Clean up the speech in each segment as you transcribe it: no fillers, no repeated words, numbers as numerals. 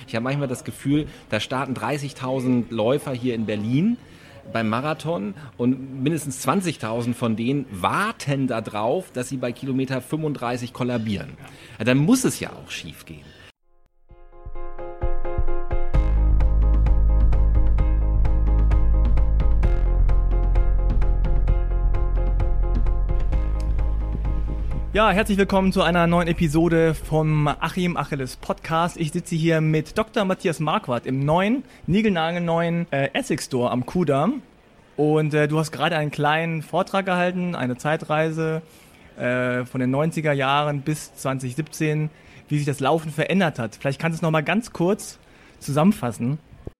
Ich habe manchmal das Gefühl, da starten 30.000 Läufer hier in Berlin beim Marathon und mindestens 20.000 von denen warten darauf, dass sie bei Kilometer 35 kollabieren. Ja, dann muss es ja auch schief gehen. Ja, herzlich willkommen zu einer neuen Episode vom Achim Achilles Podcast. Ich sitze hier mit Dr. Matthias Marquardt im neuen, niegelnagelneuen Essex Store am Kudamm. Und du hast gerade einen kleinen Vortrag gehalten, eine Zeitreise von den 90er Jahren bis 2017, wie sich das Laufen verändert hat. Vielleicht kannst du es nochmal ganz kurz zusammenfassen.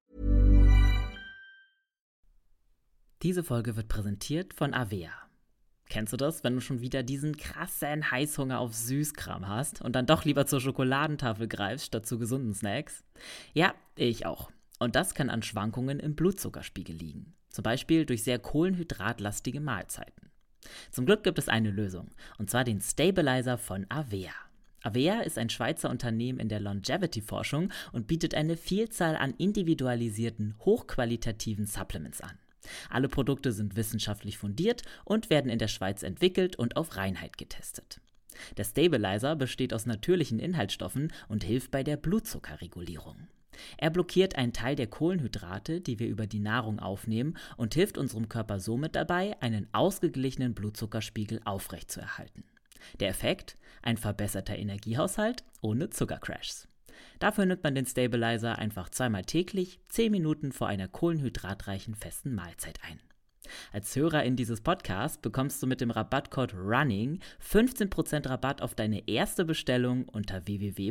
Diese Folge wird präsentiert von Avea. Kennst du das, wenn du schon wieder diesen krassen Heißhunger auf Süßkram hast und dann doch lieber zur Schokoladentafel greifst statt zu gesunden Snacks? Ja, ich auch. Und das kann an Schwankungen im Blutzuckerspiegel liegen. Zum Beispiel durch sehr kohlenhydratlastige Mahlzeiten. Zum Glück gibt es eine Lösung, und zwar den Stabilizer von Avea. Avea ist ein Schweizer Unternehmen in der Longevity-Forschung und bietet eine Vielzahl an individualisierten, hochqualitativen Supplements an. Alle Produkte sind wissenschaftlich fundiert und werden in der Schweiz entwickelt und auf Reinheit getestet. Der Stabilizer besteht aus natürlichen Inhaltsstoffen und hilft bei der Blutzuckerregulierung. Er blockiert einen Teil der Kohlenhydrate, die wir über die Nahrung aufnehmen, und hilft unserem Körper somit dabei, einen ausgeglichenen Blutzuckerspiegel aufrechtzuerhalten. Der Effekt? Ein verbesserter Energiehaushalt ohne Zuckercrashs. Dafür nimmt man den Stabilizer einfach zweimal täglich 10 Minuten vor einer kohlenhydratreichen festen Mahlzeit ein. Als Hörerin dieses Podcasts bekommst du mit dem Rabattcode RUNNING 15% Rabatt auf deine erste Bestellung unter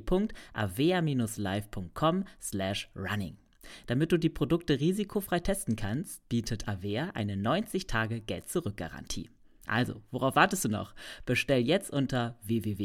www.avea-live.com/running. Damit du die Produkte risikofrei testen kannst, bietet Avea eine 90-Tage-Geld-Zurück-Garantie. Also, worauf wartest du noch? Bestell jetzt unter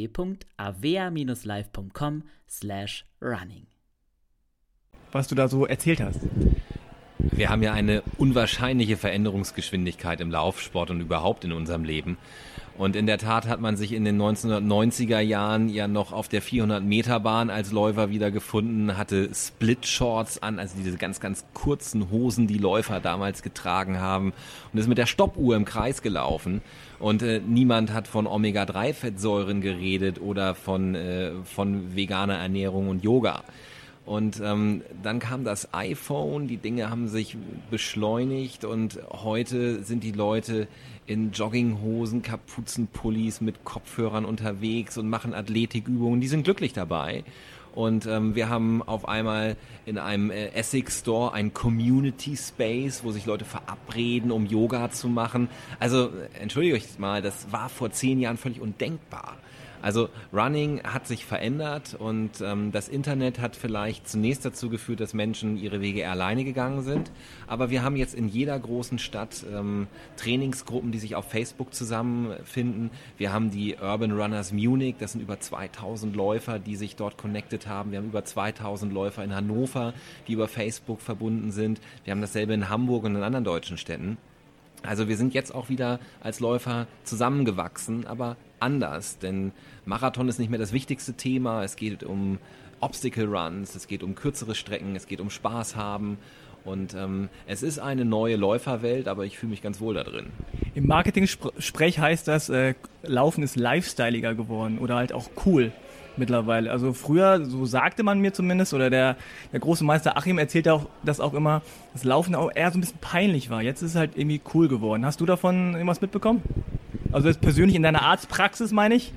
www.avea-live.com/running. Was du da so erzählt hast. Wir haben ja eine unwahrscheinliche Veränderungsgeschwindigkeit im Laufsport und überhaupt in unserem Leben. Und in der Tat hat man sich in den 1990er Jahren ja noch auf der 400-Meter-Bahn als Läufer wiedergefunden, hatte Split-Shorts an, also diese ganz, ganz kurzen Hosen, die Läufer damals getragen haben, und ist mit der Stoppuhr im Kreis gelaufen. Und niemand hat von Omega-3-Fettsäuren geredet oder von veganer Ernährung und Yoga. Und dann kam das iPhone, die Dinge haben sich beschleunigt und heute sind die Leute in Jogginghosen, Kapuzenpullis mit Kopfhörern unterwegs und machen Athletikübungen, die sind glücklich dabei. Und wir haben auf einmal in einem Essex Store ein Community Space, wo sich Leute verabreden, um Yoga zu machen. Also, entschuldige euch mal, das war vor 10 Jahren völlig undenkbar. Also Running hat sich verändert und das Internet hat vielleicht zunächst dazu geführt, dass Menschen ihre Wege eher alleine gegangen sind. Aber wir haben jetzt in jeder großen Stadt Trainingsgruppen, die sich auf Facebook zusammenfinden. Wir haben die Urban Runners Munich, das sind über 2.000 Läufer, die sich dort connected haben. Wir haben über 2.000 Läufer in Hannover, die über Facebook verbunden sind. Wir haben dasselbe in Hamburg und in anderen deutschen Städten. Also wir sind jetzt auch wieder als Läufer zusammengewachsen, aber anders, denn Marathon ist nicht mehr das wichtigste Thema. Es geht um Obstacle Runs, es geht um kürzere Strecken, es geht um Spaß haben und es ist eine neue Läuferwelt, aber ich fühle mich ganz wohl da drin. Im Marketing-Sprech heißt das, Laufen ist lifestyleiger geworden oder halt auch cool mittlerweile. Also früher, so sagte man mir zumindest, oder der große Meister Achim erzählt auch, dass auch immer das Laufen auch eher so ein bisschen peinlich war. Jetzt ist es halt irgendwie cool geworden. Hast du davon irgendwas mitbekommen? Also jetzt persönlich in deiner Arztpraxis, meine ich?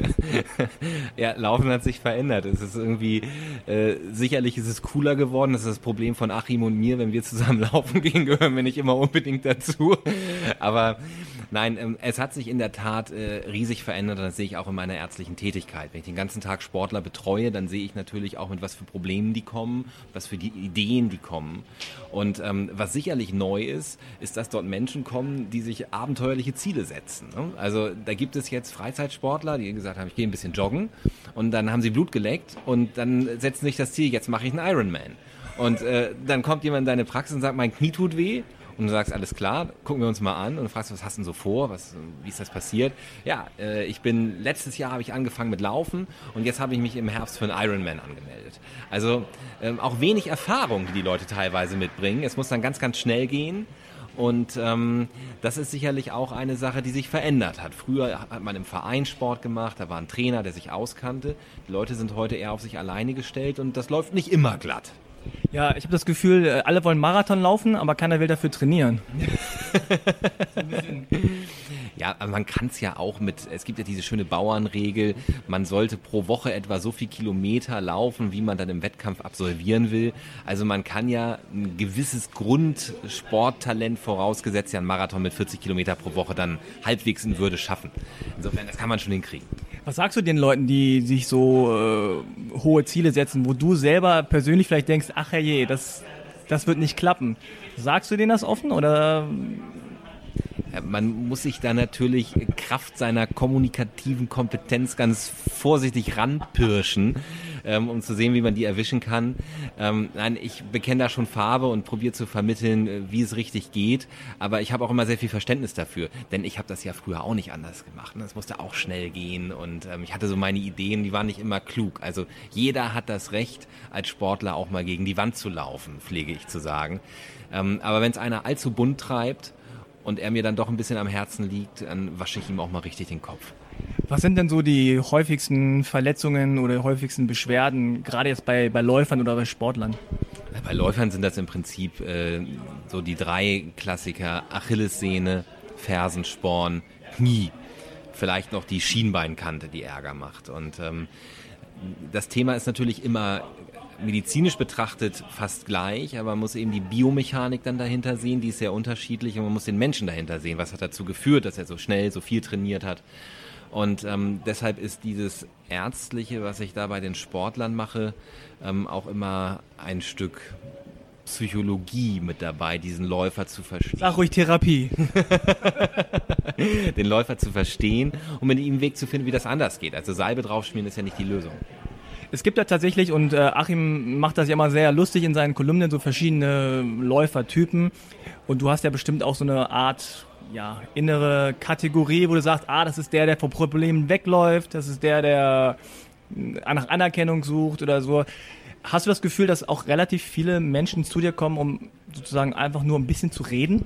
Ja, Laufen hat sich verändert. Es ist irgendwie, sicherlich ist es cooler geworden. Das ist das Problem von Achim und mir. Wenn wir zusammen laufen gehen, gehören wir nicht immer unbedingt dazu. Aber nein, es hat sich in der Tat riesig verändert. Und das sehe ich auch in meiner ärztlichen Tätigkeit. Wenn ich den ganzen Tag Sportler betreue, dann sehe ich natürlich auch, mit was für Problemen die kommen, was für die Ideen die kommen. Und was sicherlich neu ist, dass dort Menschen kommen, die sich abenteuerliche Ziele setzen. Also da gibt es jetzt Freizeitsportler, die gesagt haben, ich gehe ein bisschen joggen, und dann haben sie Blut geleckt und dann setzen sich das Ziel, jetzt mache ich einen Ironman. Und dann kommt jemand in deine Praxis und sagt, mein Knie tut weh, und du sagst, alles klar, gucken wir uns mal an und du fragst, was hast du denn so vor, wie ist das passiert? Ja, letztes Jahr habe ich angefangen mit Laufen und jetzt habe ich mich im Herbst für einen Ironman angemeldet. Also auch wenig Erfahrung, die Leute teilweise mitbringen. Es muss dann ganz, ganz schnell gehen. Und das ist sicherlich auch eine Sache, die sich verändert hat. Früher hat man im Verein Sport gemacht, da war ein Trainer, der sich auskannte. Die Leute sind heute eher auf sich alleine gestellt und das läuft nicht immer glatt. Ja, ich habe das Gefühl, alle wollen Marathon laufen, aber keiner will dafür trainieren. Ja, aber man kann es ja auch es gibt ja diese schöne Bauernregel, man sollte pro Woche etwa so viel Kilometer laufen, wie man dann im Wettkampf absolvieren will. Also man kann ja ein gewisses Grundsporttalent, vorausgesetzt ja einen Marathon mit 40 Kilometer pro Woche, dann halbwegs in Würde schaffen. Insofern, das kann man schon hinkriegen. Was sagst du den Leuten, die sich so hohe Ziele setzen, wo du selber persönlich vielleicht denkst, ach herrje, das wird nicht klappen. Sagst du denen das offen oder... Man muss sich da natürlich Kraft seiner kommunikativen Kompetenz ganz vorsichtig ranpirschen, um zu sehen, wie man die erwischen kann. Nein, ich bekenne da schon Farbe und probiere zu vermitteln, wie es richtig geht. Aber ich habe auch immer sehr viel Verständnis dafür, denn ich habe das ja früher auch nicht anders gemacht. Es musste auch schnell gehen und ich hatte so meine Ideen, die waren nicht immer klug. Also jeder hat das Recht, als Sportler auch mal gegen die Wand zu laufen, pflege ich zu sagen. Aber wenn es einer allzu bunt treibt, und er mir dann doch ein bisschen am Herzen liegt, dann wasche ich ihm auch mal richtig den Kopf. Was sind denn so die häufigsten Verletzungen oder häufigsten Beschwerden, gerade jetzt bei Läufern oder bei Sportlern? Bei Läufern sind das im Prinzip so die 3 Klassiker: Achillessehne, Fersensporn, Knie. Vielleicht noch die Schienbeinkante, die Ärger macht. Und das Thema ist natürlich immer medizinisch betrachtet fast gleich, aber man muss eben die Biomechanik dann dahinter sehen, die ist sehr unterschiedlich und man muss den Menschen dahinter sehen, was hat dazu geführt, dass er so schnell, so viel trainiert hat. Und deshalb ist dieses Ärztliche, was ich da bei den Sportlern mache, auch immer ein Stück Psychologie mit dabei, diesen Läufer zu verstehen. Sag ruhig Therapie. Den Läufer zu verstehen und mit ihm einen Weg zu finden, wie das anders geht. Also Salbe draufschmieren ist ja nicht die Lösung. Es gibt ja tatsächlich, und Achim macht das ja immer sehr lustig in seinen Kolumnen, so verschiedene Läufertypen. Und du hast ja bestimmt auch so eine Art, ja, innere Kategorie, wo du sagst, das ist der vor Problemen wegläuft, das ist der nach Anerkennung sucht oder so. Hast du das Gefühl, dass auch relativ viele Menschen zu dir kommen, um sozusagen einfach nur ein bisschen zu reden?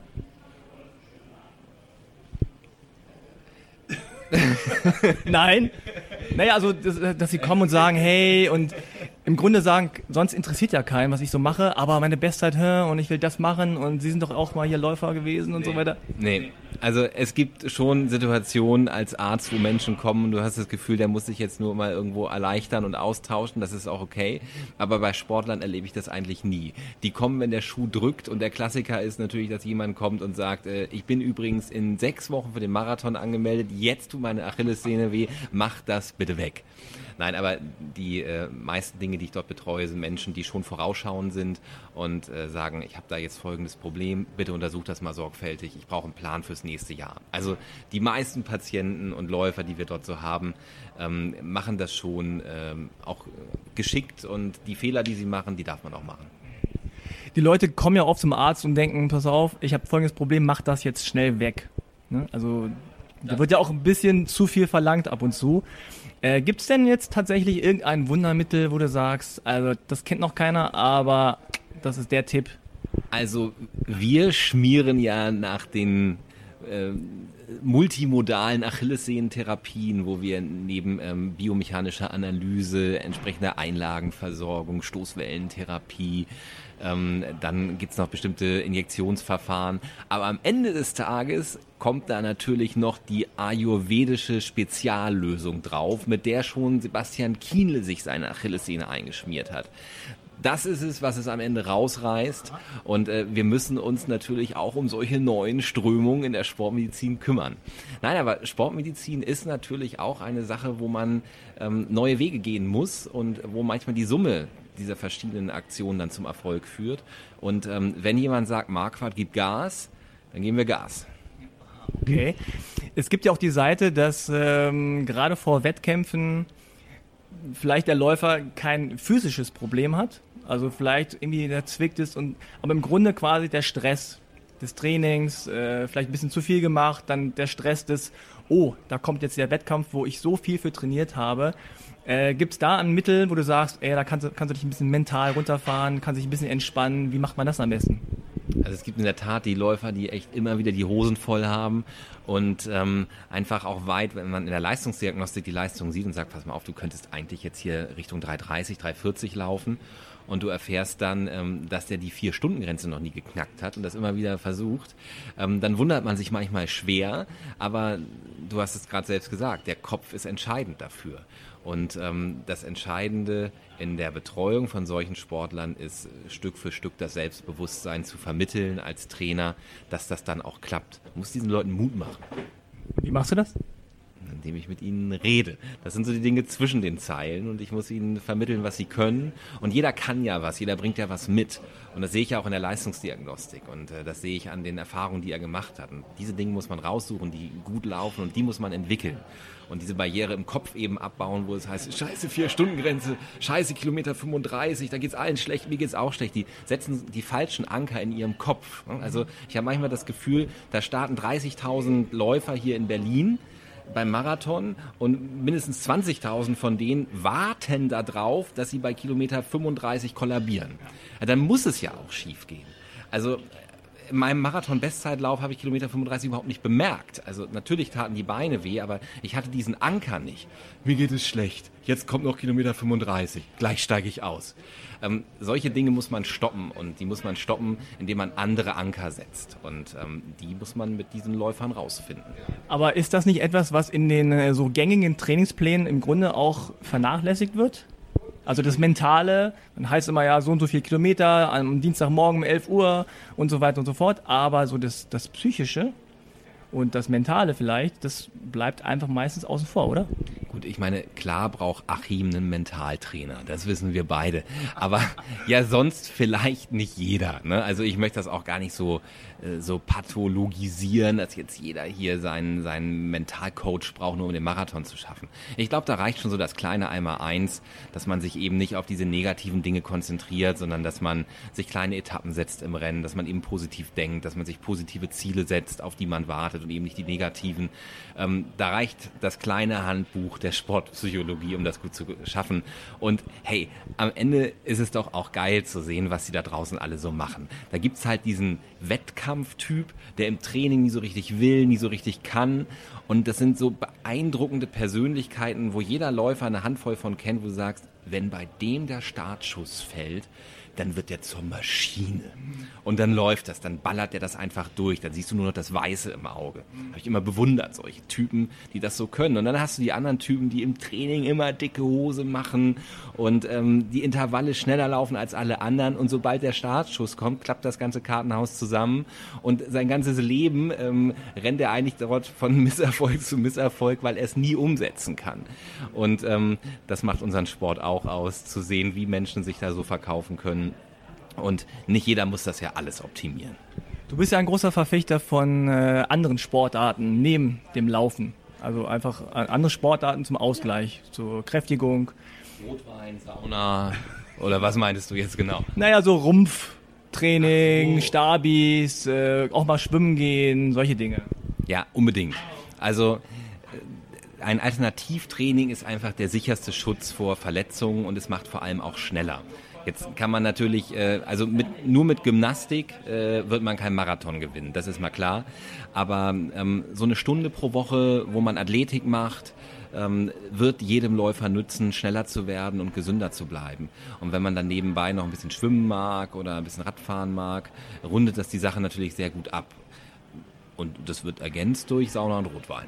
Nein? Naja, also, dass sie kommen und sagen, hey, und im Grunde sagen, sonst interessiert ja keinen, was ich so mache, aber meine Bestzeit, und ich will das machen und Sie sind doch auch mal hier Läufer gewesen und so weiter. Nee, also es gibt schon Situationen als Arzt, wo Menschen kommen und du hast das Gefühl, der muss sich jetzt nur mal irgendwo erleichtern und austauschen, das ist auch okay, aber bei Sportlern erlebe ich das eigentlich nie. Die kommen, wenn der Schuh drückt und der Klassiker ist natürlich, dass jemand kommt und sagt, ich bin übrigens in 6 Wochen für den Marathon angemeldet, jetzt tut meine Achillessehne weh, mach das bitte weg. Nein, aber die meisten Dinge, die ich dort betreue, sind Menschen, die schon vorausschauend sind und sagen, ich habe da jetzt folgendes Problem, bitte untersucht das mal sorgfältig, ich brauche einen Plan fürs nächste Jahr. Also die meisten Patienten und Läufer, die wir dort so haben, machen das schon auch geschickt und die Fehler, die sie machen, die darf man auch machen. Die Leute kommen ja oft zum Arzt und denken, pass auf, ich habe folgendes Problem, mach das jetzt schnell weg. Ne? Also da wird ja auch ein bisschen zu viel verlangt ab und zu. Gibt es denn jetzt tatsächlich irgendein Wundermittel, wo du sagst, also das kennt noch keiner, aber das ist der Tipp? Also wir schmieren ja nach den multimodalen Achillessehnentherapien, wo wir neben biomechanischer Analyse, entsprechender Einlagenversorgung, Stoßwellentherapie, dann gibt's noch bestimmte Injektionsverfahren. Aber am Ende des Tages kommt da natürlich noch die ayurvedische Speziallösung drauf, mit der schon Sebastian Kienle sich seine Achillessehne eingeschmiert hat. Das ist es, was es am Ende rausreißt. Und wir müssen uns natürlich auch um solche neuen Strömungen in der Sportmedizin kümmern. Nein, aber Sportmedizin ist natürlich auch eine Sache, wo man neue Wege gehen muss und wo manchmal die Summe dieser verschiedenen Aktionen dann zum Erfolg führt. Und wenn jemand sagt, Marquardt, gib Gas, dann geben wir Gas. Okay. Es gibt ja auch die Seite, dass gerade vor Wettkämpfen vielleicht der Läufer kein physisches Problem hat, also vielleicht irgendwie der zwickt ist, aber im Grunde quasi der Stress des Trainings, vielleicht ein bisschen zu viel gemacht, dann der Stress des, oh, da kommt jetzt der Wettkampf, wo ich so viel für trainiert habe. Gibt es da ein Mittel, wo du sagst, da kannst du dich ein bisschen mental runterfahren, kannst dich ein bisschen entspannen? Wie macht man das am besten? Also es gibt in der Tat die Läufer, die echt immer wieder die Hosen voll haben und einfach auch weit, wenn man in der Leistungsdiagnostik die Leistung sieht und sagt, pass mal auf, du könntest eigentlich jetzt hier Richtung 3:30, 3:40 laufen und du erfährst dann, dass der die 4-Stunden-Grenze noch nie geknackt hat und das immer wieder versucht, dann wundert man sich manchmal schwer, aber du hast es gerade selbst gesagt, der Kopf ist entscheidend dafür. Und das Entscheidende in der Betreuung von solchen Sportlern ist, Stück für Stück das Selbstbewusstsein zu vermitteln als Trainer, dass das dann auch klappt. Du musst diesen Leuten Mut machen. Wie machst du das? Indem ich mit ihnen rede. Das sind so die Dinge zwischen den Zeilen und ich muss ihnen vermitteln, was sie können. Und jeder kann ja was, jeder bringt ja was mit. Und das sehe ich ja auch in der Leistungsdiagnostik und das sehe ich an den Erfahrungen, die er gemacht hat. Und diese Dinge muss man raussuchen, die gut laufen und die muss man entwickeln. Und diese Barriere im Kopf eben abbauen, wo es heißt, scheiße 4-Stunden-Grenze, scheiße Kilometer 35, da geht's allen schlecht, mir geht's auch schlecht. Die setzen die falschen Anker in ihrem Kopf. Also ich habe manchmal das Gefühl, da starten 30.000 Läufer hier in Berlin beim Marathon und mindestens 20.000 von denen warten darauf, dass sie bei Kilometer 35 kollabieren. Ja, dann muss es ja auch schief gehen. Also in meinem Marathon-Bestzeitlauf habe ich Kilometer 35 überhaupt nicht bemerkt. Also natürlich taten die Beine weh, aber ich hatte diesen Anker nicht. Mir geht es schlecht. Jetzt kommt noch Kilometer 35. Gleich steige ich aus. Solche Dinge muss man stoppen und die muss man stoppen, indem man andere Anker setzt. Und die muss man mit diesen Läufern rausfinden. Aber ist das nicht etwas, was in den so gängigen Trainingsplänen im Grunde auch vernachlässigt wird? Also das Mentale, dann heißt immer ja so und so viel Kilometer am Dienstagmorgen um 11 Uhr und so weiter und so fort. Aber so das Psychische und das Mentale vielleicht, das bleibt einfach meistens außen vor, oder? Gut, ich meine, klar braucht Achim einen Mentaltrainer, das wissen wir beide. Aber ja, sonst vielleicht nicht jeder. Ne? Also ich möchte das auch gar nicht so pathologisieren, dass jetzt jeder hier seinen Mentalcoach braucht, nur um den Marathon zu schaffen. Ich glaube, da reicht schon so das kleine Einmaleins, dass man sich eben nicht auf diese negativen Dinge konzentriert, sondern dass man sich kleine Etappen setzt im Rennen, dass man eben positiv denkt, dass man sich positive Ziele setzt, auf die man wartet und eben nicht die negativen. Da reicht das kleine Handbuch der Sportpsychologie, um das gut zu schaffen. Und hey, am Ende ist es doch auch geil zu sehen, was die da draußen alle so machen. Da gibt's halt diesen Wettkampftyp, der im Training nie so richtig will, nie so richtig kann. Und das sind so beeindruckende Persönlichkeiten, wo jeder Läufer eine Handvoll von kennt, wo du sagst, wenn bei dem der Startschuss fällt, dann wird der zur Maschine. Und dann läuft das, dann ballert der das einfach durch. Dann siehst du nur noch das Weiße im Auge. Habe ich immer bewundert, solche Typen, die das so können. Und dann hast du die anderen Typen, die im Training immer dicke Hose machen und die Intervalle schneller laufen als alle anderen. Und sobald der Startschuss kommt, klappt das ganze Kartenhaus zusammen. Und sein ganzes Leben rennt er eigentlich dort von Misserfolg zu Misserfolg, weil er es nie umsetzen kann. Und das macht unseren Sport auch aus, zu sehen, wie Menschen sich da so verkaufen können. Und nicht jeder muss das ja alles optimieren. Du bist ja ein großer Verfechter von anderen Sportarten neben dem Laufen. Also einfach andere Sportarten zum Ausgleich, zur Kräftigung. Rotwein, Sauna oder was meintest du jetzt genau? Naja, so Rumpftraining, Stabis, auch mal schwimmen gehen, solche Dinge. Ja, unbedingt. Also ein Alternativtraining ist einfach der sicherste Schutz vor Verletzungen und es macht vor allem auch schneller. Jetzt kann man natürlich, nur mit Gymnastik wird man keinen Marathon gewinnen, das ist mal klar. Aber so eine Stunde pro Woche, wo man Athletik macht, wird jedem Läufer nützen, schneller zu werden und gesünder zu bleiben. Und wenn man dann nebenbei noch ein bisschen schwimmen mag oder ein bisschen Radfahren mag, rundet das die Sache natürlich sehr gut ab. Und das wird ergänzt durch Sauna und Rotwein.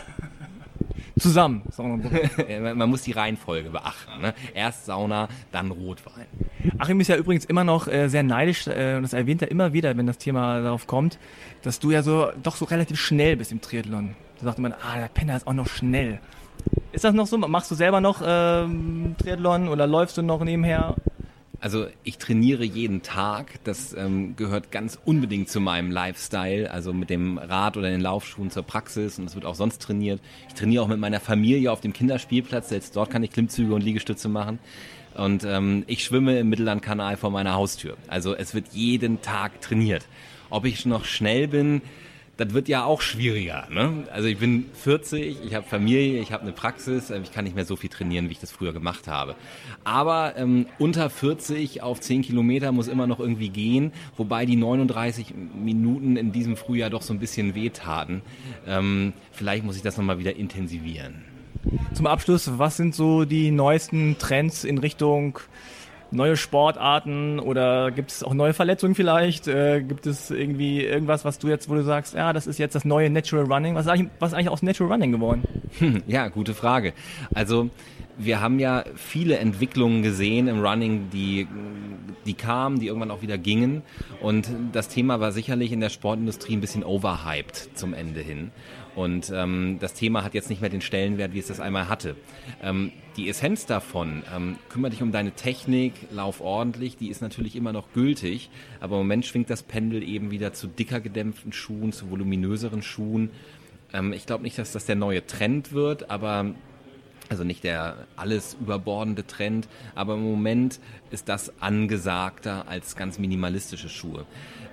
Zusammen. Man muss die Reihenfolge beachten. Ne? Erst Sauna, dann Rotwein. Achim ist ja übrigens immer noch sehr neidisch, und das erwähnt er immer wieder, wenn das Thema darauf kommt, dass du ja doch so relativ schnell bist im Triathlon. Da sagt man, der Penner ist auch noch schnell. Ist das noch so? Machst du selber noch Triathlon oder läufst du noch nebenher? Also ich trainiere jeden Tag, das gehört ganz unbedingt zu meinem Lifestyle, also mit dem Rad oder den Laufschuhen zur Praxis und das wird auch sonst trainiert. Ich trainiere auch mit meiner Familie auf dem Kinderspielplatz, selbst dort kann ich Klimmzüge und Liegestütze machen und ich schwimme im Mittellandkanal vor meiner Haustür. Also es wird jeden Tag trainiert Ob ich noch schnell bin, das wird ja auch schwieriger. Ne? Also ich bin 40, ich habe Familie, ich habe eine Praxis, ich kann nicht mehr so viel trainieren, wie ich das früher gemacht habe. Aber unter 40 auf 10 Kilometer muss immer noch irgendwie gehen, wobei die 39 Minuten in diesem Frühjahr doch so ein bisschen wehtaten. Vielleicht muss ich das nochmal wieder intensivieren. Zum Abschluss, was sind so die neuesten Trends in Richtung neue Sportarten oder gibt es auch neue Verletzungen vielleicht? Gibt es irgendwie irgendwas, wo du sagst, ja, das ist jetzt das neue Natural Running? Was ist eigentlich aus Natural Running geworden? Ja, gute Frage. Also wir haben ja viele Entwicklungen gesehen im Running, die kamen, die irgendwann auch wieder gingen. Und das Thema war sicherlich in der Sportindustrie ein bisschen overhyped zum Ende hin. Und das Thema hat jetzt nicht mehr den Stellenwert, wie es das einmal hatte. Die Essenz davon, kümmere dich um deine Technik, lauf ordentlich, die ist natürlich immer noch gültig, aber im Moment schwingt das Pendel eben wieder zu dicker gedämpften Schuhen, zu voluminöseren Schuhen. Ich glaube nicht, dass das der neue Trend wird, aber also nicht der alles überbordende Trend, aber im Moment ist das angesagter als ganz minimalistische Schuhe.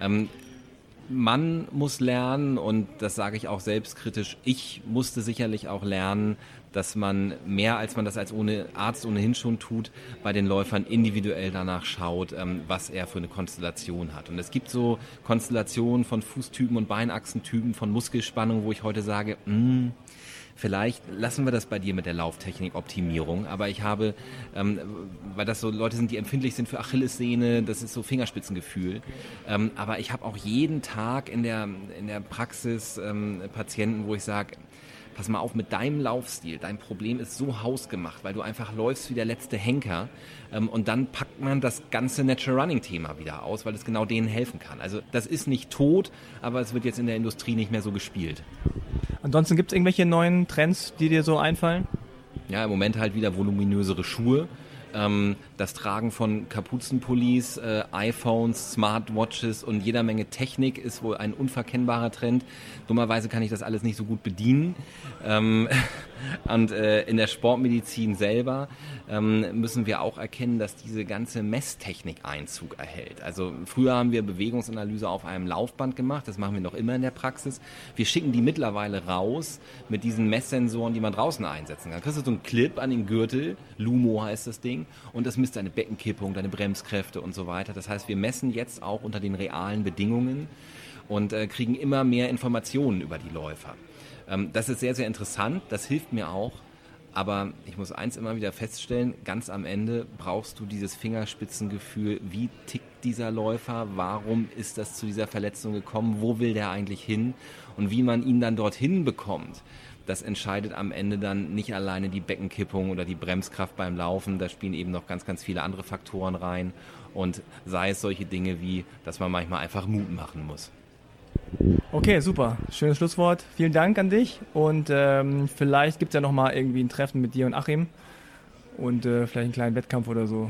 Man muss lernen, und das sage ich auch selbstkritisch, ich musste sicherlich auch lernen, dass man mehr, als man das als Arzt ohnehin schon tut, bei den Läufern individuell danach schaut, was er für eine Konstellation hat. Und es gibt so Konstellationen von Fußtypen und Beinachsentypen, von Muskelspannung, wo ich heute sage, vielleicht lassen wir das bei dir mit der Lauftechnik-Optimierung, aber ich habe, weil das so Leute sind, die empfindlich sind für Achillessehne, das ist so Fingerspitzengefühl, aber ich habe auch jeden Tag in der Praxis Patienten, wo ich sage, pass mal auf mit deinem Laufstil, dein Problem ist so hausgemacht, weil du einfach läufst wie der letzte Henker, und dann packt man das ganze Natural Running Thema wieder aus, weil es genau denen helfen kann. Also das ist nicht tot, aber es wird jetzt in der Industrie nicht mehr so gespielt. Ansonsten gibt es irgendwelche neuen Trends, die dir so einfallen? Ja, im Moment halt wieder voluminösere Schuhe. Das Tragen von Kapuzenpullis, iPhones, Smartwatches und jeder Menge Technik ist wohl ein unverkennbarer Trend. Dummerweise kann ich das alles nicht so gut bedienen. Und in der Sportmedizin selber müssen wir auch erkennen, dass diese ganze Messtechnik Einzug erhält. Also früher haben wir Bewegungsanalyse auf einem Laufband gemacht, das machen wir noch immer in der Praxis. Wir schicken die mittlerweile raus mit diesen Messsensoren, die man draußen einsetzen kann. Da kriegst du so einen Clip an den Gürtel, Lumo heißt das Ding, und das misst deine Beckenkippung, deine Bremskräfte und so weiter. Das heißt, wir messen jetzt auch unter den realen Bedingungen und kriegen immer mehr Informationen über die Läufer. Das ist sehr, sehr interessant, das hilft mir auch, aber ich muss eins immer wieder feststellen, ganz am Ende brauchst du dieses Fingerspitzengefühl, wie tickt dieser Läufer, warum ist das zu dieser Verletzung gekommen, wo will der eigentlich hin und wie man ihn dann dorthin bekommt. Das entscheidet am Ende dann nicht alleine die Beckenkippung oder die Bremskraft beim Laufen, da spielen eben noch ganz, ganz viele andere Faktoren rein und sei es solche Dinge wie, dass man manchmal einfach Mut machen muss. Okay, super. Schönes Schlusswort. Vielen Dank an dich und vielleicht gibt es ja nochmal irgendwie ein Treffen mit dir und Achim und vielleicht einen kleinen Wettkampf oder so.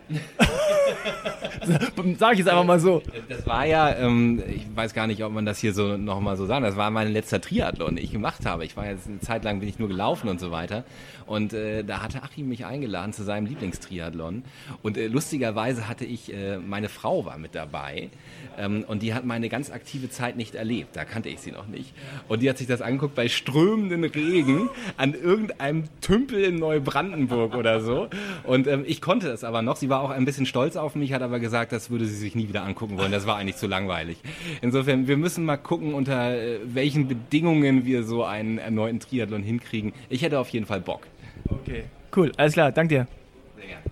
Sag ich jetzt einfach mal so. Das war ja, ich weiß gar nicht, ob man das hier so nochmal so sagen, das war mein letzter Triathlon, den ich gemacht habe. Ich war jetzt eine Zeit lang, bin ich nur gelaufen und so weiter. Und da hatte Achim mich eingeladen zu seinem Lieblingstriathlon. Und lustigerweise hatte ich, meine Frau war mit dabei und die hat meine ganz aktive Zeit nicht erlebt. Da kannte ich sie noch nicht. Und die hat sich das angeguckt bei strömenden Regen an irgendeinem Tümpel in Neubrandenburg oder so. Und ich konnte das aber noch. Sie war auch ein bisschen stolz auf mich, hat aber gesagt, das würde sie sich nie wieder angucken wollen. Das war eigentlich zu langweilig. Insofern, wir müssen mal gucken, unter welchen Bedingungen wir so einen erneuten Triathlon hinkriegen. Ich hätte auf jeden Fall Bock. Okay, cool. Alles klar. Danke dir. Sehr gerne.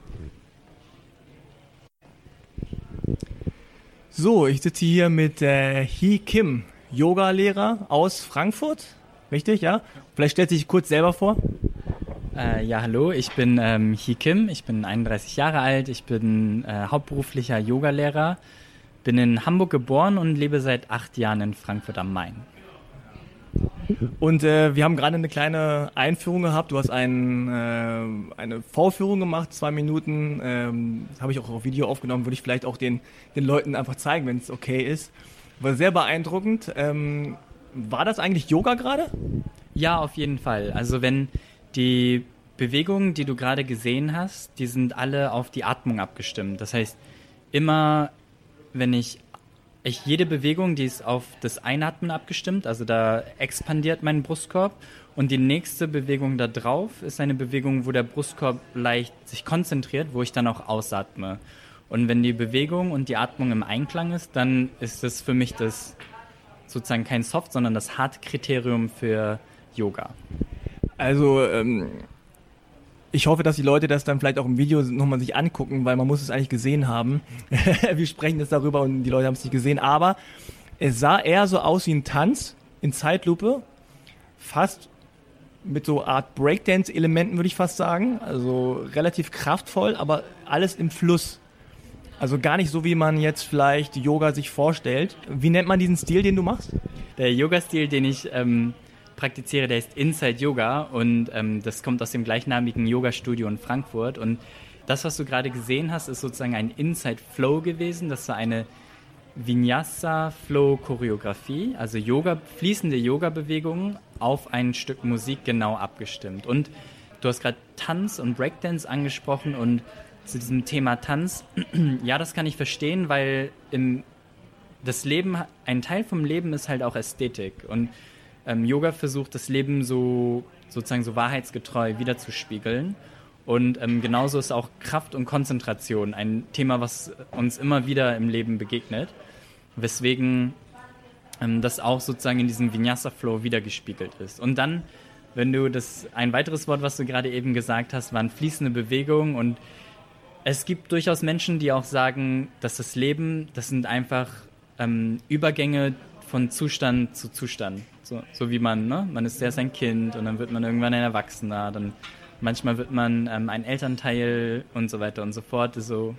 So, ich sitze hier mit Hee Kim, Yoga-Lehrer aus Frankfurt. Richtig, ja? Vielleicht stellt sich kurz selber vor. Ja, hallo, ich bin Hee Kim, ich bin 31 Jahre alt, ich bin hauptberuflicher Yogalehrer, bin in Hamburg geboren und lebe seit 8 Jahren in Frankfurt am Main. Und wir haben gerade eine kleine Einführung gehabt, du hast eine Vorführung gemacht, 2 Minuten, das habe ich auch auf Video aufgenommen, würde ich vielleicht auch den Leuten einfach zeigen, wenn es okay ist. War sehr beeindruckend. War das eigentlich Yoga gerade? Ja, auf jeden Fall. Also wenn die Bewegungen, die du gerade gesehen hast, die sind alle auf die Atmung abgestimmt. Das heißt, immer wenn ich jede Bewegung, die ist auf das Einatmen abgestimmt, also da expandiert mein Brustkorb. Und die nächste Bewegung da drauf ist eine Bewegung, wo der Brustkorb leicht sich konzentriert, wo ich dann auch ausatme. Und wenn die Bewegung und die Atmung im Einklang ist, dann ist das für mich das sozusagen kein Soft, sondern das Hard-Kriterium für Yoga. Also ich hoffe, dass die Leute das dann vielleicht auch im Video nochmal sich angucken, weil man muss es eigentlich gesehen haben. Wir sprechen jetzt darüber und die Leute haben es nicht gesehen, aber es sah eher so aus wie ein Tanz in Zeitlupe, fast mit so Art Breakdance-Elementen, würde ich fast sagen. Also relativ kraftvoll, aber alles im Fluss. Also gar nicht so, wie man jetzt vielleicht Yoga sich vorstellt. Wie nennt man diesen Stil, den du machst? Der Yoga-Stil, den ich praktiziere, der ist Inside Yoga und das kommt aus dem gleichnamigen Yoga-Studio in Frankfurt. Und das, was du gerade gesehen hast, ist sozusagen ein Inside Flow gewesen. Das war eine Vinyasa-Flow-Choreografie, also fließende Yoga-Bewegungen auf ein Stück Musik genau abgestimmt. Und du hast gerade Tanz und Breakdance angesprochen und zu diesem Thema Tanz, ja, das kann ich verstehen, weil das Leben, ein Teil vom Leben ist halt auch Ästhetik und Yoga versucht, das Leben sozusagen so wahrheitsgetreu wiederzuspiegeln. Und genauso ist auch Kraft und Konzentration ein Thema, was uns immer wieder im Leben begegnet, weswegen das auch sozusagen in diesem Vinyasa-Flow wiedergespiegelt ist. Und dann, wenn du ein weiteres Wort, was du gerade eben gesagt hast, waren fließende Bewegungen. Und es gibt durchaus Menschen, die auch sagen, dass das Leben, das sind einfach Übergänge von Zustand zu Zustand. So wie man ist erst ein Kind und dann wird man irgendwann ein Erwachsener, dann manchmal wird man ein Elternteil und so weiter und so fort. So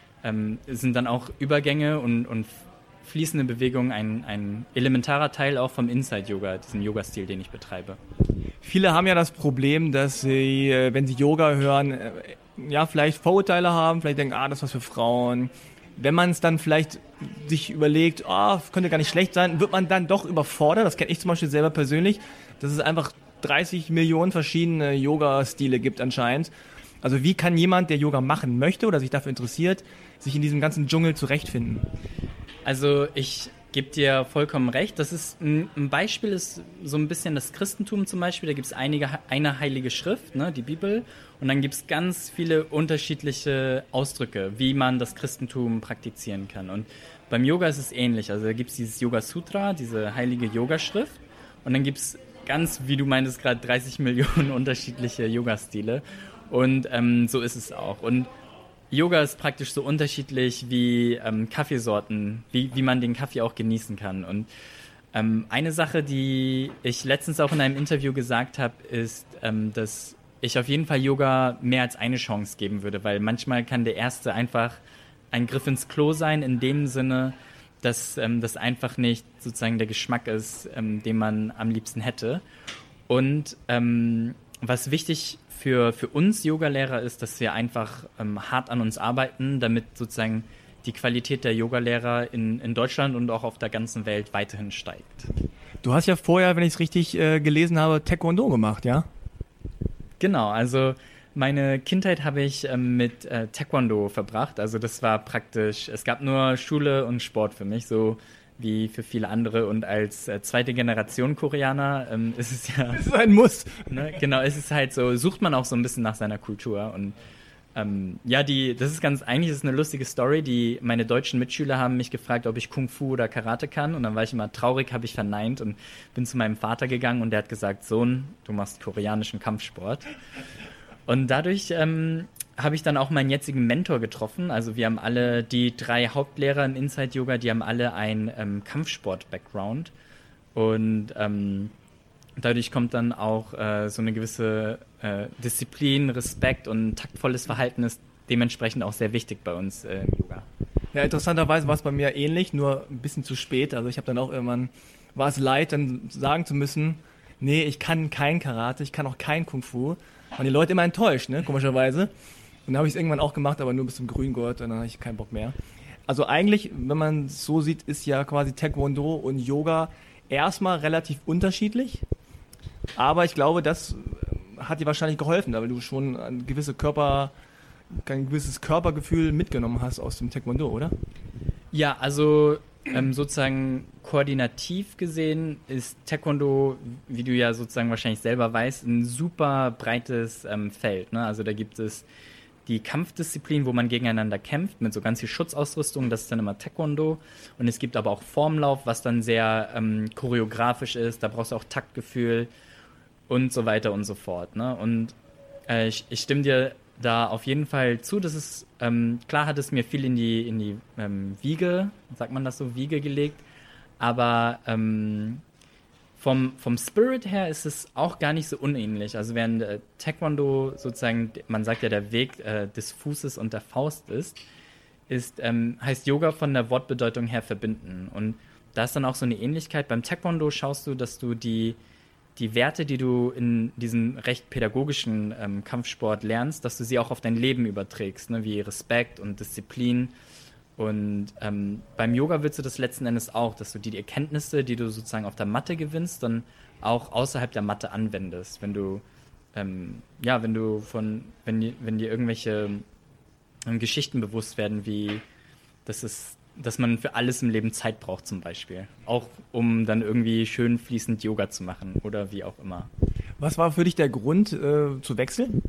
sind dann auch Übergänge und fließende Bewegungen ein elementarer Teil auch vom Inside-Yoga, diesem Yoga-Stil, den ich betreibe. Viele haben ja das Problem, dass sie, wenn sie Yoga hören, ja, vielleicht Vorurteile haben, vielleicht denken, das ist was für Frauen. Wenn man es dann vielleicht sich überlegt, könnte gar nicht schlecht sein, wird man dann doch überfordert. Das kenne ich zum Beispiel selber persönlich, dass es einfach 30 Millionen verschiedene Yoga-Stile gibt anscheinend. Also wie kann jemand, der Yoga machen möchte oder sich dafür interessiert, sich in diesem ganzen Dschungel zurechtfinden? Also ich gebe dir vollkommen recht. Das ist ein Beispiel, ist so ein bisschen das Christentum zum Beispiel. Da gibt es eine heilige Schrift, ne, die Bibel. Und dann gibt es ganz viele unterschiedliche Ausdrücke, wie man das Christentum praktizieren kann. Und beim Yoga ist es ähnlich. Also da gibt es dieses Yoga Sutra, diese heilige Yoga-Schrift. Und dann gibt es ganz, wie du meintest, gerade 30 Millionen unterschiedliche Yoga-Stile. Und so ist es auch. Und Yoga ist praktisch so unterschiedlich wie Kaffeesorten, wie man den Kaffee auch genießen kann. Und eine Sache, die ich letztens auch in einem Interview gesagt habe, ist, dass ich auf jeden Fall Yoga mehr als eine Chance geben würde, weil manchmal kann der erste einfach ein Griff ins Klo sein, in dem Sinne, dass das einfach nicht sozusagen der Geschmack ist, den man am liebsten hätte. Und was wichtig für uns Yogalehrer ist, dass wir einfach hart an uns arbeiten, damit sozusagen die Qualität der Yogalehrer in Deutschland und auch auf der ganzen Welt weiterhin steigt. Du hast ja vorher, wenn ich es richtig gelesen habe, Taekwondo gemacht, ja? Genau, also meine Kindheit habe ich mit Taekwondo verbracht. Also das war praktisch, es gab nur Schule und Sport für mich, so wie für viele andere. Und als zweite Generation Koreaner ist es ja... Das ist ein Muss. Ne, genau, es ist halt so, sucht man auch so ein bisschen nach seiner Kultur. Und das ist eigentlich ist eine lustige Story. Meine deutschen Mitschüler haben mich gefragt, ob ich Kung Fu oder Karate kann. Und dann war ich immer traurig, habe ich verneint und bin zu meinem Vater gegangen und der hat gesagt, Sohn, du machst koreanischen Kampfsport. Und dadurch habe ich dann auch meinen jetzigen Mentor getroffen. Also wir haben alle, die 3 Hauptlehrer im Inside-Yoga, die haben alle einen Kampfsport-Background. Und dadurch kommt dann auch so eine gewisse Disziplin, Respekt und taktvolles Verhalten ist dementsprechend auch sehr wichtig bei uns im Yoga. Ja, interessanterweise war es bei mir ähnlich, nur ein bisschen zu spät. Also ich habe dann auch irgendwann, war es leid, dann sagen zu müssen, nee, ich kann kein Karate, ich kann auch kein Kung Fu. Waren die Leute immer enttäuscht, ne, komischerweise. Und dann habe ich es irgendwann auch gemacht, aber nur bis zum Grüngurt und dann hatte ich keinen Bock mehr. Also eigentlich, wenn man es so sieht, ist ja quasi Taekwondo und Yoga erstmal relativ unterschiedlich. Aber ich glaube, das hat dir wahrscheinlich geholfen, weil du schon ein gewisses Körpergefühl mitgenommen hast aus dem Taekwondo, oder? Ja, also sozusagen koordinativ gesehen ist Taekwondo, wie du ja sozusagen wahrscheinlich selber weißt, ein super breites Feld. Ne? Also da gibt es die Kampfdisziplin, wo man gegeneinander kämpft, mit so ganz viel Schutzausrüstung, das ist dann immer Taekwondo. Und es gibt aber auch Formlauf, was dann sehr choreografisch ist, da brauchst du auch Taktgefühl und so weiter und so fort. Ne? Und ich stimme dir da auf jeden Fall zu, dass es, klar hat es mir viel in die Wiege, sagt man das so, Wiege gelegt, aber vom Spirit her ist es auch gar nicht so unähnlich. Also während Taekwondo sozusagen, man sagt ja, der Weg des Fußes und der Faust heißt Yoga von der Wortbedeutung her verbinden. Und da ist dann auch so eine Ähnlichkeit. Beim Taekwondo schaust du, dass du die Werte, die du in diesem recht pädagogischen Kampfsport lernst, dass du sie auch auf dein Leben überträgst, ne? Wie Respekt und Disziplin. Und beim Yoga willst du das letzten Endes auch, dass du die Erkenntnisse, die du sozusagen auf der Matte gewinnst, dann auch außerhalb der Matte anwendest. Wenn dir irgendwelche Geschichten bewusst werden, wie dass man für alles im Leben Zeit braucht zum Beispiel. Auch um dann irgendwie schön fließend Yoga zu machen oder wie auch immer. Was war für dich der Grund zu wechseln?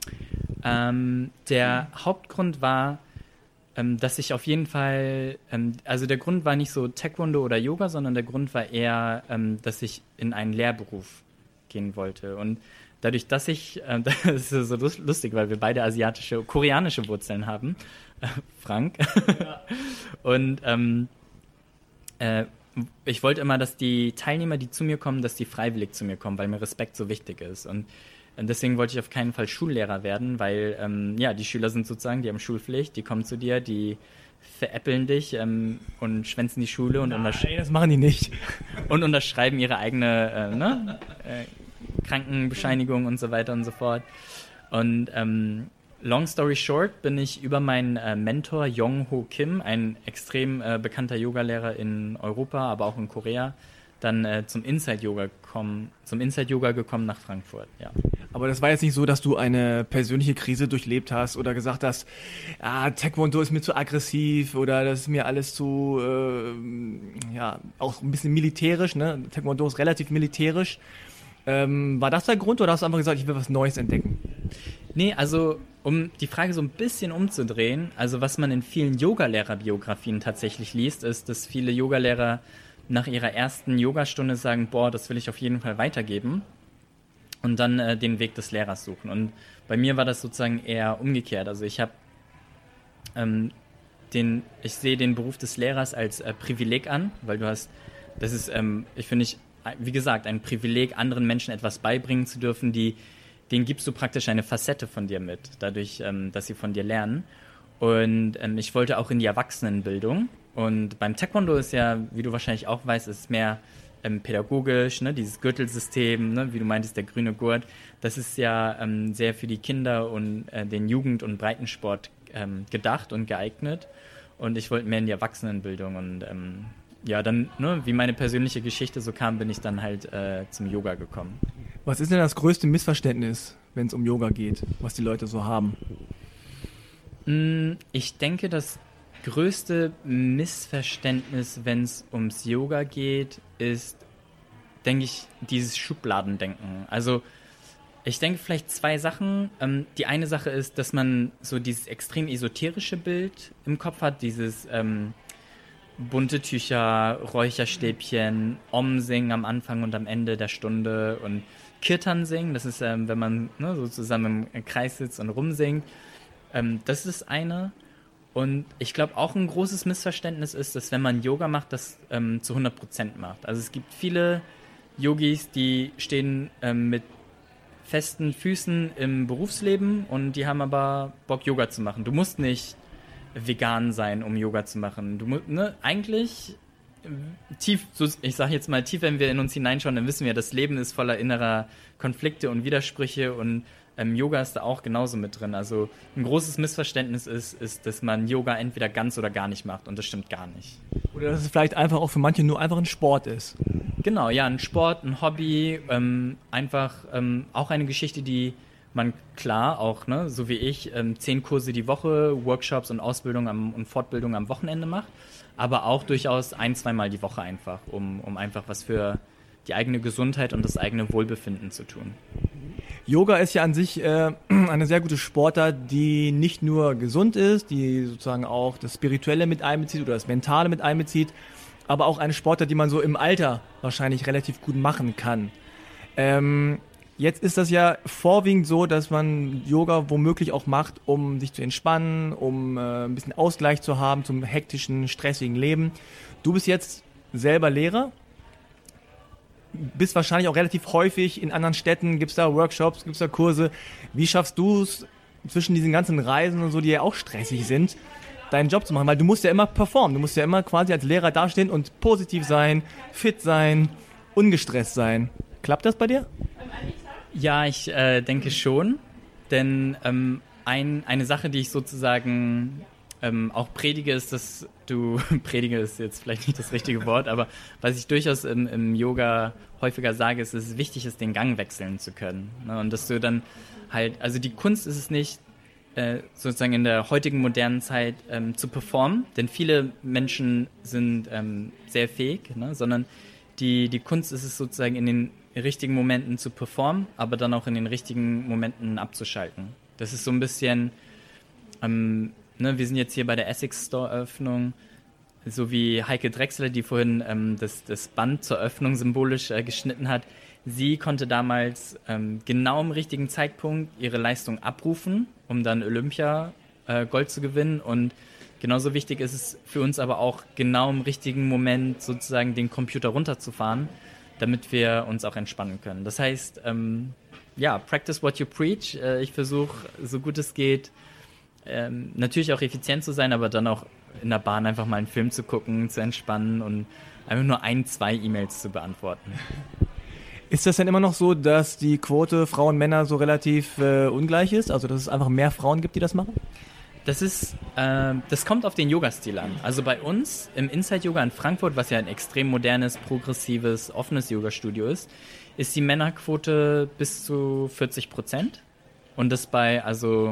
Der Hauptgrund war, dass ich auf jeden Fall, also der Grund war nicht so Taekwondo oder Yoga, sondern der Grund war eher, dass ich in einen Lehrberuf gehen wollte. Und dadurch, dass ich, das ist so lustig, weil wir beide koreanische Wurzeln haben, Frank. Ja. Und ich wollte immer, dass die Teilnehmer, die zu mir kommen, dass die freiwillig zu mir kommen, weil mir Respekt so wichtig ist. Und deswegen wollte ich auf keinen Fall Schullehrer werden, weil die Schüler sind sozusagen, die haben Schulpflicht, die kommen zu dir, die veräppeln dich und schwänzen die Schule und das machen die nicht. Und unterschreiben ihre eigene Krankenbescheinigung und so weiter und so fort. Und long story short bin ich über meinen Mentor Yong-Ho Kim, ein extrem bekannter Yogalehrer in Europa, aber auch in Korea, dann zum Inside-Yoga gekommen nach Frankfurt. Ja. Aber das war jetzt nicht so, dass du eine persönliche Krise durchlebt hast oder gesagt hast, Taekwondo ist mir zu aggressiv oder das ist mir alles zu, auch ein bisschen militärisch, ne? Taekwondo ist relativ militärisch. War das der Grund oder hast du einfach gesagt, ich will was Neues entdecken? Nee, also um die Frage so ein bisschen umzudrehen, also was man in vielen Yogalehrer-Biografien tatsächlich liest, ist, dass viele Yogalehrer nach ihrer ersten Yogastunde sagen, das will ich auf jeden Fall weitergeben und dann den Weg des Lehrers suchen. Und bei mir war das sozusagen eher umgekehrt. Also ich habe ich sehe den Beruf des Lehrers als Privileg an, weil das ist, wie gesagt, ein Privileg, anderen Menschen etwas beibringen zu dürfen, denen gibst du praktisch eine Facette von dir mit, dadurch, dass sie von dir lernen. Und ich wollte auch in die Erwachsenenbildung. Und beim Taekwondo ist ja, wie du wahrscheinlich auch weißt, ist mehr pädagogisch, ne? Dieses Gürtelsystem, ne? Wie du meintest, der grüne Gurt. Das ist ja sehr für die Kinder und den Jugend- und Breitensport gedacht und geeignet. Und ich wollte mehr in die Erwachsenenbildung. Und dann, ne, wie meine persönliche Geschichte so kam, bin ich dann halt zum Yoga gekommen. Was ist denn das größte Missverständnis, wenn es um Yoga geht, was die Leute so haben? Ich denke, das größte Missverständnis, wenn es ums Yoga geht, ist, denke ich, dieses Schubladendenken. Also ich denke vielleicht zwei Sachen. Die eine Sache ist, dass man so dieses extrem esoterische Bild im Kopf hat, dieses bunte Tücher, Räucherstäbchen, Om singen am Anfang und am Ende der Stunde und Kirtan singen, das ist, wenn man so zusammen im Kreis sitzt und rumsingt. Das ist das eine. Und ich glaube, auch ein großes Missverständnis ist, dass wenn man Yoga macht, das zu 100% macht. Also es gibt viele Yogis, die stehen mit festen Füßen im Berufsleben und die haben aber Bock, Yoga zu machen. Du musst nicht vegan sein, um Yoga zu machen. Du musst, eigentlich tief, ich sage jetzt mal tief, wenn wir in uns hineinschauen, dann wissen wir, das Leben ist voller innerer Konflikte und Widersprüche und Yoga ist da auch genauso mit drin. Also ein großes Missverständnis ist, dass man Yoga entweder ganz oder gar nicht macht und das stimmt gar nicht. Oder dass es vielleicht einfach auch für manche nur einfach ein Sport ist. Genau, ja, ein Sport, ein Hobby, einfach auch eine Geschichte, die man klar auch, ne, so wie ich, 10 Kurse die Woche, Workshops und Ausbildung und Fortbildung am Wochenende macht, aber auch durchaus 1-2 Mal die Woche einfach, um einfach was für die eigene Gesundheit und das eigene Wohlbefinden zu tun. Yoga ist ja an sich eine sehr gute Sportart, die nicht nur gesund ist, die sozusagen auch das Spirituelle mit einbezieht oder das Mentale mit einbezieht, aber auch eine Sportart, die man so im Alter wahrscheinlich relativ gut machen kann. Jetzt ist das ja vorwiegend so, dass man Yoga womöglich auch macht, um sich zu entspannen, um ein bisschen Ausgleich zu haben zum hektischen, stressigen Leben. Du bist jetzt selber Lehrer, bist wahrscheinlich auch relativ häufig in anderen Städten, gibt's da Workshops, gibt's da Kurse. Wie schaffst du es zwischen diesen ganzen Reisen und so, die ja auch stressig sind, deinen Job zu machen? Weil du musst ja immer performen, du musst ja immer quasi als Lehrer dastehen und positiv sein, fit sein, ungestresst sein. Klappt das bei dir? Ja, ich denke schon, denn eine Sache, die ich sozusagen auch predige, ist, dass predige ist jetzt vielleicht nicht das richtige Wort, aber was ich durchaus im Yoga häufiger sage, ist, dass es wichtig ist, den Gang wechseln zu können. Ne? Und dass du dann halt, also die Kunst ist es nicht, sozusagen in der heutigen modernen Zeit zu performen, denn viele Menschen sind sehr fähig, ne? Sondern die Kunst ist es sozusagen in den richtigen Momenten zu performen, aber dann auch in den richtigen Momenten abzuschalten. Das ist so ein bisschen, wir sind jetzt hier bei der Essex Store Eröffnung, so wie Heike Drechsler, die vorhin das Band zur Öffnung symbolisch geschnitten hat. Sie konnte damals genau im richtigen Zeitpunkt ihre Leistung abrufen, um dann Olympia Gold zu gewinnen. Und genauso wichtig ist es für uns aber auch, genau im richtigen Moment sozusagen den Computer runterzufahren, damit wir uns auch entspannen können. Das heißt, practice what you preach. Ich versuche, so gut es geht, natürlich auch effizient zu sein, aber dann auch in der Bahn einfach mal einen Film zu gucken, zu entspannen und einfach nur 1-2 E-Mails zu beantworten. Ist das denn immer noch so, dass die Quote Frauen-Männer so relativ ungleich ist? Also dass es einfach mehr Frauen gibt, die das machen? Das kommt auf den Yoga-Stil an. Also bei uns im Inside-Yoga in Frankfurt, was ja ein extrem modernes, progressives, offenes Yoga-Studio ist die Männerquote bis zu 40%. Und das bei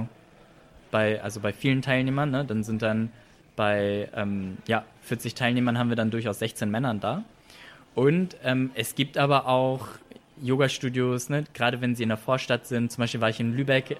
vielen Teilnehmern, ne? Dann sind dann bei 40 Teilnehmern haben wir dann durchaus 16 Männern da. Und es gibt aber auch Yoga-Studios, ne? Gerade wenn sie in der Vorstadt sind. Zum Beispiel war ich in Lübeck,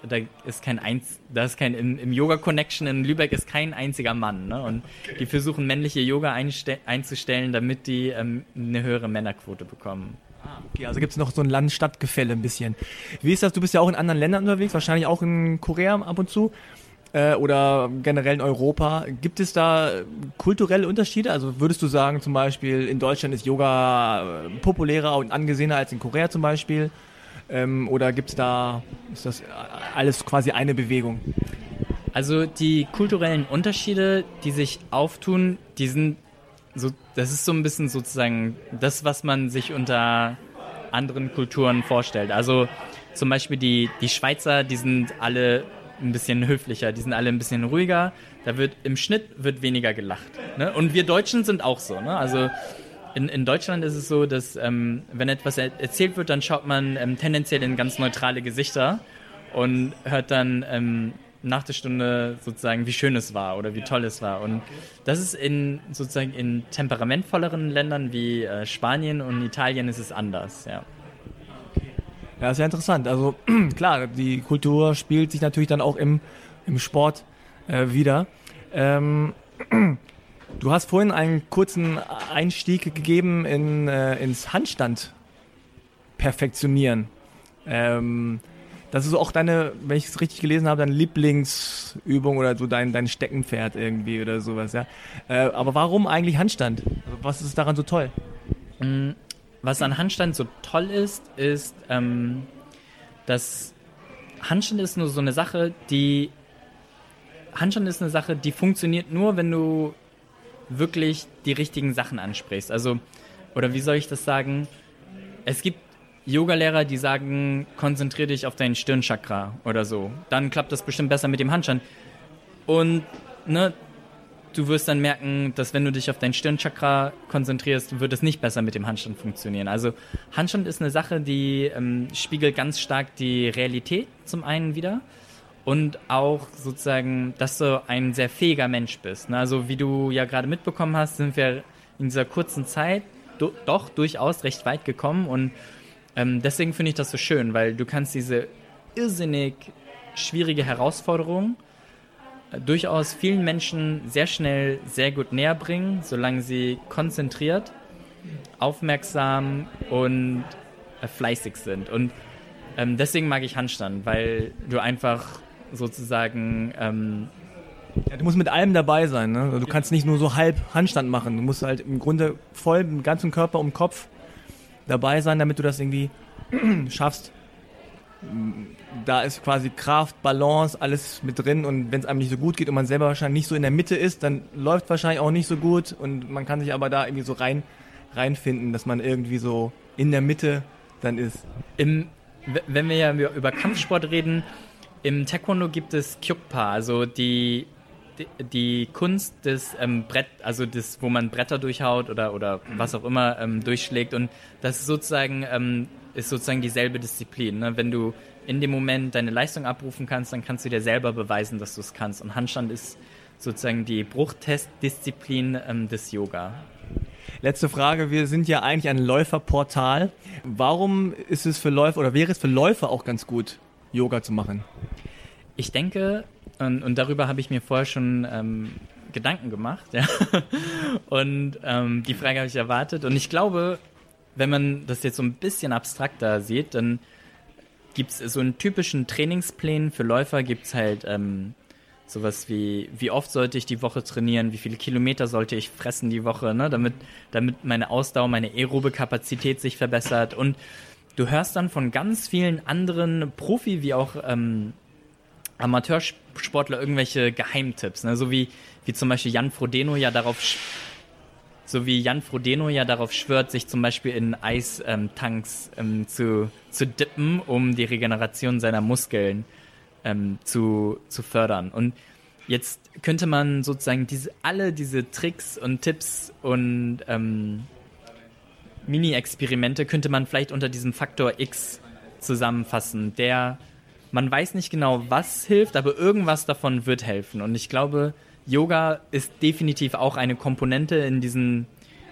im Yoga-Connection in Lübeck ist kein einziger Mann. Ne? Und die versuchen männliche Yoga einzustellen, damit die eine höhere Männerquote bekommen. Okay, also gibt es noch so ein Land-Stadt-Gefälle ein bisschen. Wie ist das? Du bist ja auch in anderen Ländern unterwegs, wahrscheinlich auch in Korea ab und zu. Oder generell in Europa. Gibt es da kulturelle Unterschiede? Also würdest du sagen, zum Beispiel in Deutschland ist Yoga populärer und angesehener als in Korea zum Beispiel? Oder ist das alles quasi eine Bewegung? Also die kulturellen Unterschiede, die sich auftun, das ist so ein bisschen sozusagen das, was man sich unter anderen Kulturen vorstellt. Also zum Beispiel die Schweizer, die sind alle ein bisschen höflicher, die sind alle ein bisschen ruhiger. Im Schnitt wird weniger gelacht. Ne? Und wir Deutschen sind auch so. Ne? Also in Deutschland ist es so, dass wenn etwas erzählt wird, dann schaut man tendenziell in ganz neutrale Gesichter und hört dann nach der Stunde sozusagen, wie schön es war oder wie toll es war. Und das ist in temperamentvolleren Ländern wie Spanien und Italien ist es anders, ja. Ja, sehr interessant. Also klar, die Kultur spielt sich natürlich dann auch im Sport wieder. Du hast vorhin einen kurzen Einstieg gegeben ins Handstand perfektionieren. Das ist auch wenn ich es richtig gelesen habe, deine Lieblingsübung oder so dein Steckenpferd irgendwie oder sowas. Ja. Aber warum eigentlich Handstand? Also was ist daran so toll? Was an Handstand so toll ist, dass Handstand ist nur so eine Sache, die funktioniert nur, wenn du wirklich die richtigen Sachen ansprichst. Also, oder wie soll ich das sagen? Es gibt Yogalehrer, die sagen, konzentriere dich auf dein Stirnchakra oder so. Dann klappt das bestimmt besser mit dem Handstand. Und du wirst dann merken, dass wenn du dich auf dein Stirnchakra konzentrierst, wird es nicht besser mit dem Handstand funktionieren. Also Handstand ist eine Sache, die spiegelt ganz stark die Realität zum einen wider und auch sozusagen, dass du ein sehr fähiger Mensch bist. Ne? Also wie du ja gerade mitbekommen hast, sind wir in dieser kurzen Zeit doch durchaus recht weit gekommen und deswegen finde ich das so schön, weil du kannst diese irrsinnig schwierige Herausforderung durchaus vielen Menschen sehr schnell, sehr gut näher bringen, solange sie konzentriert, aufmerksam und fleißig sind. Und deswegen mag ich Handstand, weil du einfach sozusagen... Ja, du musst mit allem dabei sein, ne? Du kannst nicht nur so halb Handstand machen. Du musst halt im Grunde voll mit dem ganzen Körper um den Kopf dabei sein, damit du das irgendwie schaffst. Da ist quasi Kraft, Balance, alles mit drin und wenn es einem nicht so gut geht und man selber wahrscheinlich nicht so in der Mitte ist, dann läuft wahrscheinlich auch nicht so gut und man kann sich aber da irgendwie so reinfinden, dass man irgendwie so in der Mitte dann ist. Wenn wir ja über Kampfsport reden, im Taekwondo gibt es Kyukpa, also die Kunst des Brett, also das, wo man Bretter durchhaut oder was auch immer durchschlägt und das ist sozusagen dieselbe Disziplin. Ne? Wenn du in dem Moment deine Leistung abrufen kannst, dann kannst du dir selber beweisen, dass du es kannst. Und Handstand ist sozusagen die Bruchtestdisziplin des Yoga. Letzte Frage, wir sind ja eigentlich ein Läuferportal. Warum ist es für Läufer oder wäre es für Läufer auch ganz gut, Yoga zu machen? Ich denke, und darüber habe ich mir vorher schon Gedanken gemacht, ja. Und die Frage habe ich erwartet. Und ich glaube, wenn man das jetzt so ein bisschen abstrakter sieht, dann gibt es so einen typischen Trainingsplan für Läufer, gibt es halt sowas wie oft sollte ich die Woche trainieren, wie viele Kilometer sollte ich fressen die Woche, ne, damit meine Ausdauer, meine aerobe Kapazität sich verbessert. Und du hörst dann von ganz vielen anderen Profi- wie auch Amateursportler irgendwelche Geheimtipps, ne, so wie zum Beispiel Jan Frodeno ja darauf schwört, sich zum Beispiel in Eistanks zu dippen, um die Regeneration seiner Muskeln zu fördern. Und jetzt könnte man sozusagen alle diese Tricks und Tipps und Mini-Experimente könnte man vielleicht unter diesem Faktor X zusammenfassen, man weiß nicht genau, was hilft, aber irgendwas davon wird helfen. Und ich glaube, Yoga ist definitiv auch eine Komponente in diesem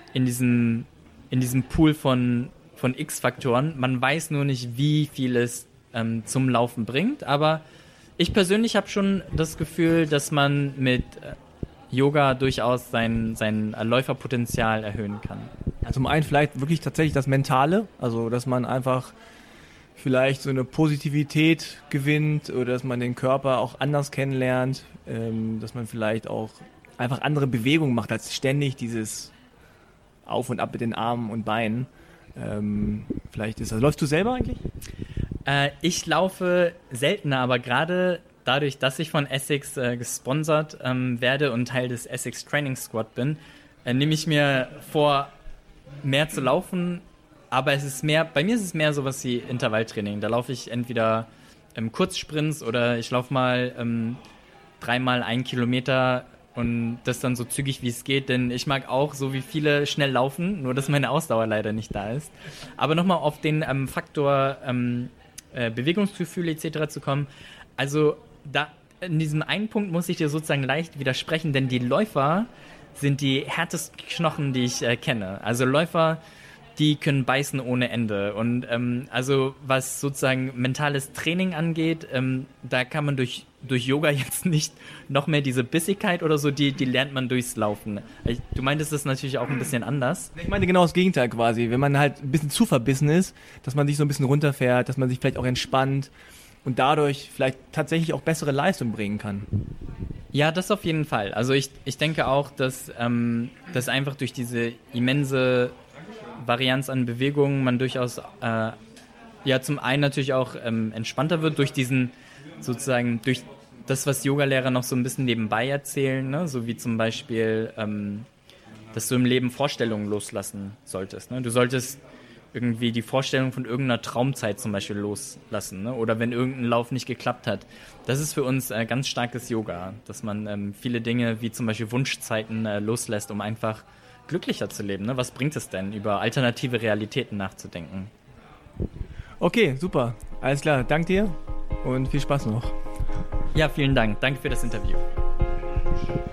Pool von X-Faktoren. Man weiß nur nicht, wie viel es zum Laufen bringt, aber ich persönlich habe schon das Gefühl, dass man mit Yoga durchaus sein Läuferpotenzial erhöhen kann. Ja, zum einen vielleicht wirklich tatsächlich das Mentale, also dass man einfach vielleicht so eine Positivität gewinnt oder dass man den Körper auch anders kennenlernt, dass man vielleicht auch einfach andere Bewegungen macht als ständig dieses Auf und Ab mit den Armen und Beinen. Vielleicht ist das. Läufst du selber eigentlich? Ich laufe seltener, aber gerade dadurch, dass ich von Essex gesponsert werde und Teil des Essex Training Squad bin, nehme ich mir vor, mehr zu laufen. Aber bei mir ist es mehr sowas wie Intervalltraining. Da laufe ich entweder Kurzsprints oder ich laufe mal 3-mal 1 Kilometer und das dann so zügig wie es geht, denn ich mag auch, so wie viele, schnell laufen, nur dass meine Ausdauer leider nicht da ist. Aber nochmal auf den Faktor Bewegungsgefühl etc. zu kommen. Also da in diesem einen Punkt muss ich dir sozusagen leicht widersprechen, denn die Läufer sind die härtesten Knochen, die ich kenne. Also Läufer, die können beißen ohne Ende. Und also was sozusagen mentales Training angeht, da kann man durch Yoga jetzt nicht noch mehr diese Bissigkeit oder so, die lernt man durchs Laufen. Du meintest das natürlich auch ein bisschen anders. Ich meine genau das Gegenteil quasi. Wenn man halt ein bisschen zu verbissen ist, dass man sich so ein bisschen runterfährt, dass man sich vielleicht auch entspannt und dadurch vielleicht tatsächlich auch bessere Leistung bringen kann. Ja, das auf jeden Fall. Also ich denke auch, dass einfach durch diese immense Varianz an Bewegungen man durchaus zum einen natürlich auch entspannter wird durch diesen sozusagen durch das, was Yogalehrer noch so ein bisschen nebenbei erzählen, ne? So wie zum Beispiel, dass du im Leben Vorstellungen loslassen solltest. Ne? Du solltest irgendwie die Vorstellung von irgendeiner Traumzeit zum Beispiel loslassen, ne? Oder wenn irgendein Lauf nicht geklappt hat. Das ist für uns ganz starkes Yoga, dass man viele Dinge wie zum Beispiel Wunschzeiten loslässt, um einfach glücklicher zu leben. Ne? Was bringt es denn, über alternative Realitäten nachzudenken? Okay, super. Alles klar, danke dir und viel Spaß noch. Ja, vielen Dank. Danke für das Interview.